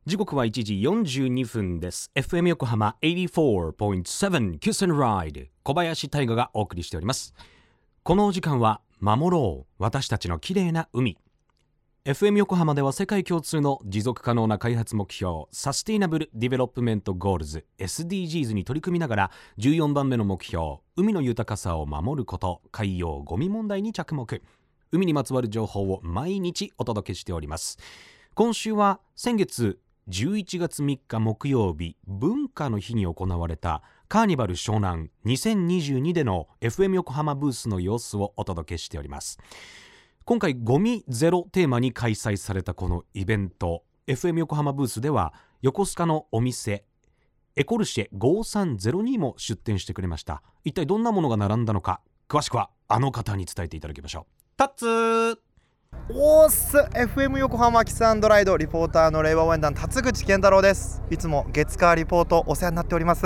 時刻は1時42分です。 FM 横浜 84.7 Kiss and Ride 小林大我がお送りしております。このお時間は守ろう私たちの綺麗な海。 FM 横浜では世界共通の持続可能な開発目標サステイナブルディベロップメントゴールズ SDGs に取り組みながら14番目の目標海の豊かさを守ること、海洋ゴミ問題に着目。海にまつわる情報を毎日お届けしております。今週は先月11月3日木曜日文化の日に行われたカーニバル湘南2022での FM 横浜ブースの様子をお届けしております。今回ゴミゼロテーマに開催されたこのイベント、 FM 横浜ブースでは横須賀のお店エコルシェ5302も出店してくれました。一体どんなものが並んだのか、詳しくはあの方に伝えていただきましょう。タッツーおーす FM 横浜キス&ライドリポーターの令和応援団辰口健太郎です。いつも月火リポートお世話になっております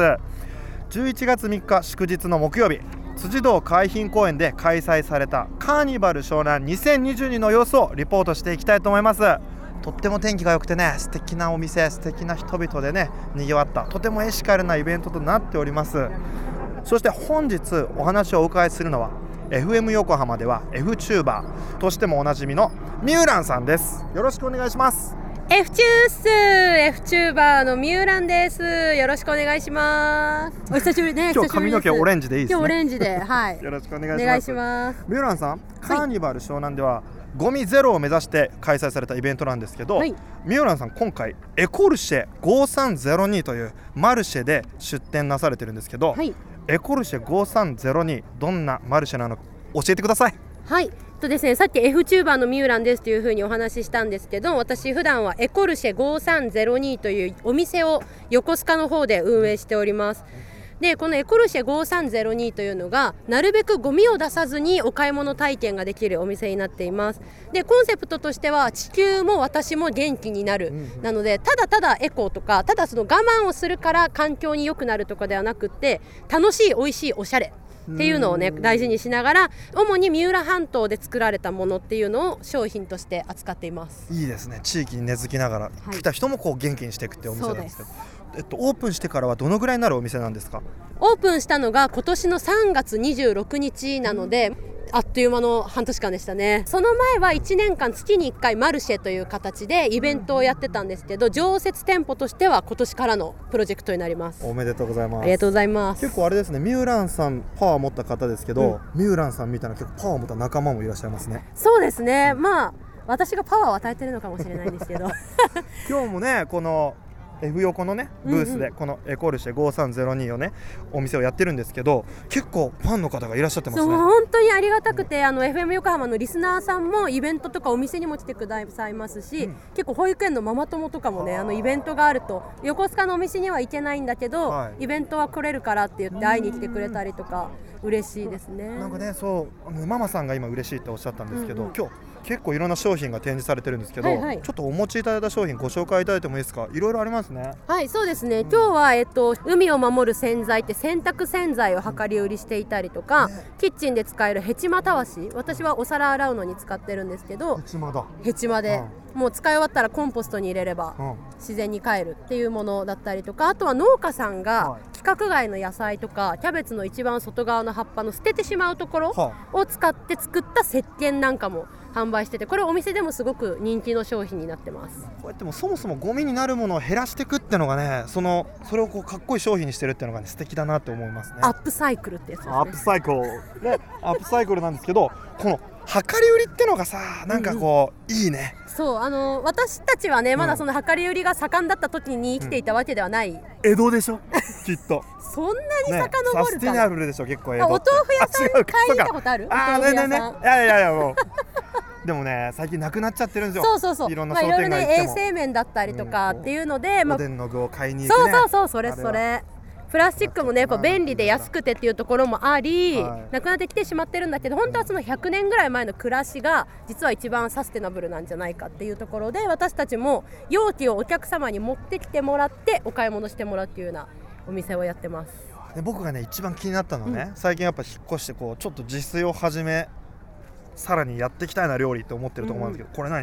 。11月3日祝日の木曜日、辻堂海浜公園で開催されたカーニバル湘南2022の様子をリポートしていきたいと思います。とっても天気が良くてね、素敵なお店、素敵な人々でね賑わったとてもエシカルなイベントとなっております。そして本日お話をお伺いするのはFM 横浜では F チューバーとしてもおなじみのミューランさんです。よろしくお願いします。 F チュース F チューバーのミューランです。よろしくお願いします。お久しぶりね。 今日髪の毛オレンジでいいですね。 今日オレンジで、はい、 よろしくお願いします。 お願いします。 ミューランさん、カーニバル湘南ではゴミゼロを目指して開催されたイベントなんですけど、はい、ミューランさん今回エコルシェ5302というマルシェで出店なされてるんですけど、はい、エコルシェ5302どんなマルシェなのか教えてください。 はいですね、さっき F チューバーのミューランですというふうにお話ししたんですけど、私普段はエコルシェ5302というお店を横須賀の方で運営しております。でこのエコルシェ5302というのがなるべくゴミを出さずにお買い物体験ができるお店になっています。でコンセプトとしては地球も私も元気になる、なのでただただエコとかただその我慢をするから環境に良くなるとかではなくって、楽しい美味しいおしゃれっていうのをね大事にしながら、主に三浦半島で作られたものっていうのを商品として扱っています。 いいですね。地域に根付きながら、来た人もこう元気にしていくってお店なんですけど、オープンしてからはどのぐらいになるお店なんですか？ オープンしたのが今年の3月26日なので、あっという間の半年間でしたね。その前は1年間月に1回マルシェという形でイベントをやってたんですけど、常設店舗としては今年からのプロジェクトになります。 おめでとうございます。 ありがとうございます。 結構あれですね、ミューランさんパワー持った方ですけど、ミューランさんみたいな結構パワー持った仲間もいらっしゃいますね。 そうですね、まあ私がパワーを与えてるのかもしれないんですけど今日もねこのF 横のねブースでこのエコルシェ5302をねお店をやってるんですけど、結構ファンの方がいらっしゃってますね。 そう本当にありがたくて、FM 横浜のリスナーさんもイベントとかお店にも来てくださいますし、結構保育園のママ友とかもねイベントがあると横須賀のお店には行けないんだけど、イベントは来れるからって言って会いに来てくれたりとか嬉しいですね。 なんかね、そうママさんが今嬉しいっておっしゃったんですけど、今日結構いろんな商品が展示されてるんですけど、ちょっとお持ちいただいた商品ご紹介いただいてもいいですか？いろいろありますね。 はい、そうですね。今日は、海を守る洗剤って洗濯洗剤を量り売りしていたりとか、キッチンで使えるヘチマたわし、私はお皿洗うのに使ってるんですけど、ヘチマで、もう使い終わったらコンポストに入れれば自然に帰るっていうものだったりとか、あとは農家さんが規格外の野菜とかキャベツの一番外側の葉っぱの捨ててしまうところを使って作った石鹸なんかも販売してて、これお店でもすごく人気の商品になってます。 こうやってもそもそもゴミになるものを減らしていくっていうのがね、それをこうかっこいい商品にしてるっていうのが、ね、素敵だなって思いますね。 アップサイクルってやつですね。 アップサイクル、ね、アップサイクルなんですけど、この量り売りってのがさ、なんかこう、いいね。 そう私たちはねまだその量り売りが盛んだった時に生きていたわけではない、 江戸でしょきっとそんなに遡るかな、 サステナブルでしょ結構江戸って。 お豆腐屋さん買いに行ったことある？お豆腐屋さん。 いやもうでもね最近なくなっちゃってるんですよ。 そういろんな商店街行っても、 衛生面だったりとかっていうので、 おでんの具を買いに行くね。 それプラスチックもねやっぱ便利で安くてっていうところもあり、なくなってきてしまってるんだけど、本当はその100年ぐらい前の暮らしが実は一番サステナブルなんじゃないかっていうところで、私たちも容器をお客様に持ってきてもらってお買い物してもらうっていうようなお店をやってます。 で僕がね一番気になったのね、最近やっぱ引っ越してこうちょっと自炊を始めさらにやっていきたいな料理って思ってるところなんですけど、これ何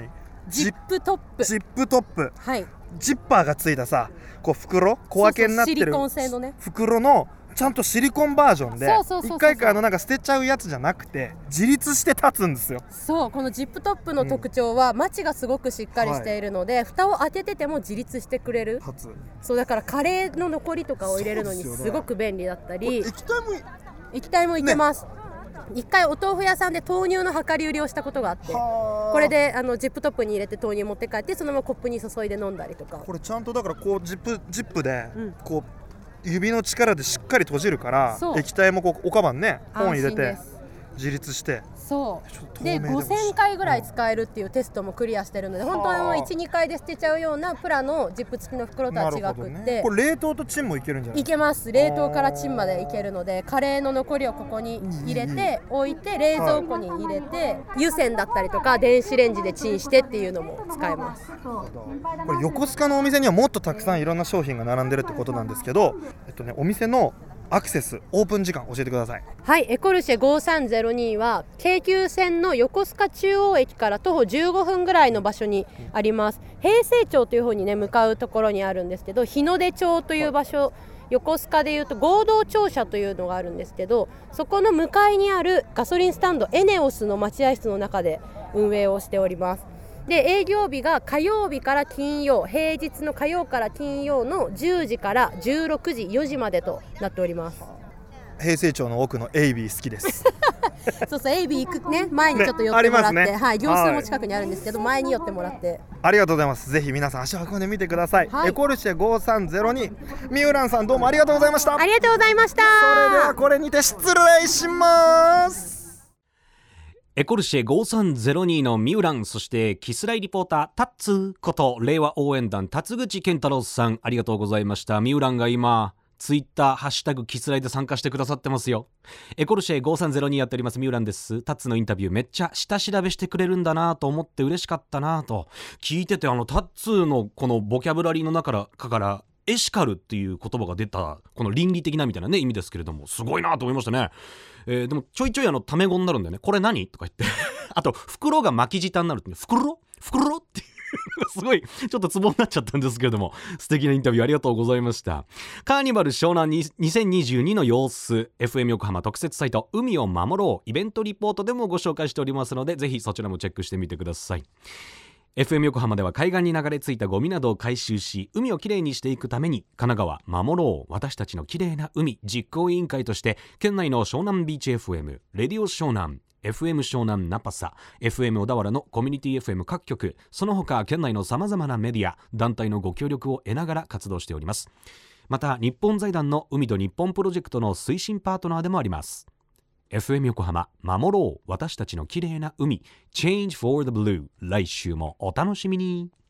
ジップトップ。 ジップトップ、 はい。 ジッパーがついたさ、こう袋小分けになってるシリコン製のね袋のちゃんとシリコンバージョンで、一回かなんか捨てちゃうやつじゃなくて自立して立つんですよ。 そう、このジップトップの特徴は、マチがすごくしっかりしているので、蓋を当ててても自立してくれる。 立つ。 そうだからカレーの残りとかを入れるのにすごく便利だったり、液体もいけます、一回お豆腐屋さんで豆乳の量り売りをしたことがあって、これでジップトップに入れて豆乳持って帰って、そのままコップに注いで飲んだりとか。 これちゃんとだからこうジップでこう指の力でしっかり閉じるから、液体もこうおかばんね本入れて自立して、 そうで5000回ぐらい使えるっていうテストもクリアしてるので、本当は 1,2 回で捨てちゃうようなプラのジップ付きの袋とは違くって、 これ冷凍とチンもいけるんじゃない？ いけます。冷凍からチンまでいけるので、カレーの残りをここに入れて置いて、冷蔵庫に入れて、湯煎だったりとか電子レンジでチンしてっていうのも使えます。 これ横須賀のお店にはもっとたくさんいろんな商品が並んでるってことなんですけど、お店のアクセス、オープン時間教えてください。 はい、エコルシェ5302は京急線の横須賀中央駅から徒歩15分ぐらいの場所にあります。平成町という方にね向かうところにあるんですけど、日の出町という場所、横須賀でいうと合同庁舎というのがあるんですけど、そこの向かいにあるガソリンスタンドエネオスの待合室の中で運営をしております。で、営業日が火曜日から金曜、平日の火曜から金曜の10時から16時4時までとなっております。 平成町の奥のエイビー好きですそうそう、エイビー行くね前にちょっと寄ってもらって、 ねはい、業数も近くにあるんですけど、前に寄ってもらって。 ありがとうございます。ぜひ皆さん足を運んでみてください、エコルシェ5302、ミューランさんどうもありがとうございました。 ありがとうございました。 それではこれにて失礼します。 エコルシェ5302のミューラン、そしてキスライリポータータッツこと令和応援団辰口健太郎さん、ありがとうございました。ミューランが今ツイッターハッシュタグキスライで参加してくださってますよ。エコルシェ5302やっておりますミューランです。タッツのインタビューめっちゃ下調べしてくれるんだなと思って嬉しかったなと聞いてて、タッツのこのボキャブラリーの中からエシカルっていう言葉が出た、この倫理的なみたいなね意味ですけれども、すごいなと思いましたね。でもちょいちょいタメ語になるんだよね。これ何とか言ってあと袋が巻き舌になるって、袋っていうすごいちょっとツボになっちゃったんですけれども、素敵なインタビューありがとうございました。カーニバル湘南2022の様子、 FM 横浜特設サイト海を守ろうイベントリポートでもご紹介しておりますので、ぜひそちらもチェックしてみてください。FM 横浜では海岸に流れ着いたゴミなどを回収し、海をきれいにしていくために神奈川守ろう私たちのきれいな海実行委員会として、県内の湘南ビーチ FM、 レディオ湘南、 FM 湘南ナパサ、 FM 小田原のコミュニティ FM 各局、その他県内のさまざまなメディア団体のご協力を得ながら活動しております。また日本財団の海と日本プロジェクトの推進パートナーでもあります。FM 横浜守ろう私たちのきれいな海 Change for the Blue、 来週もお楽しみに。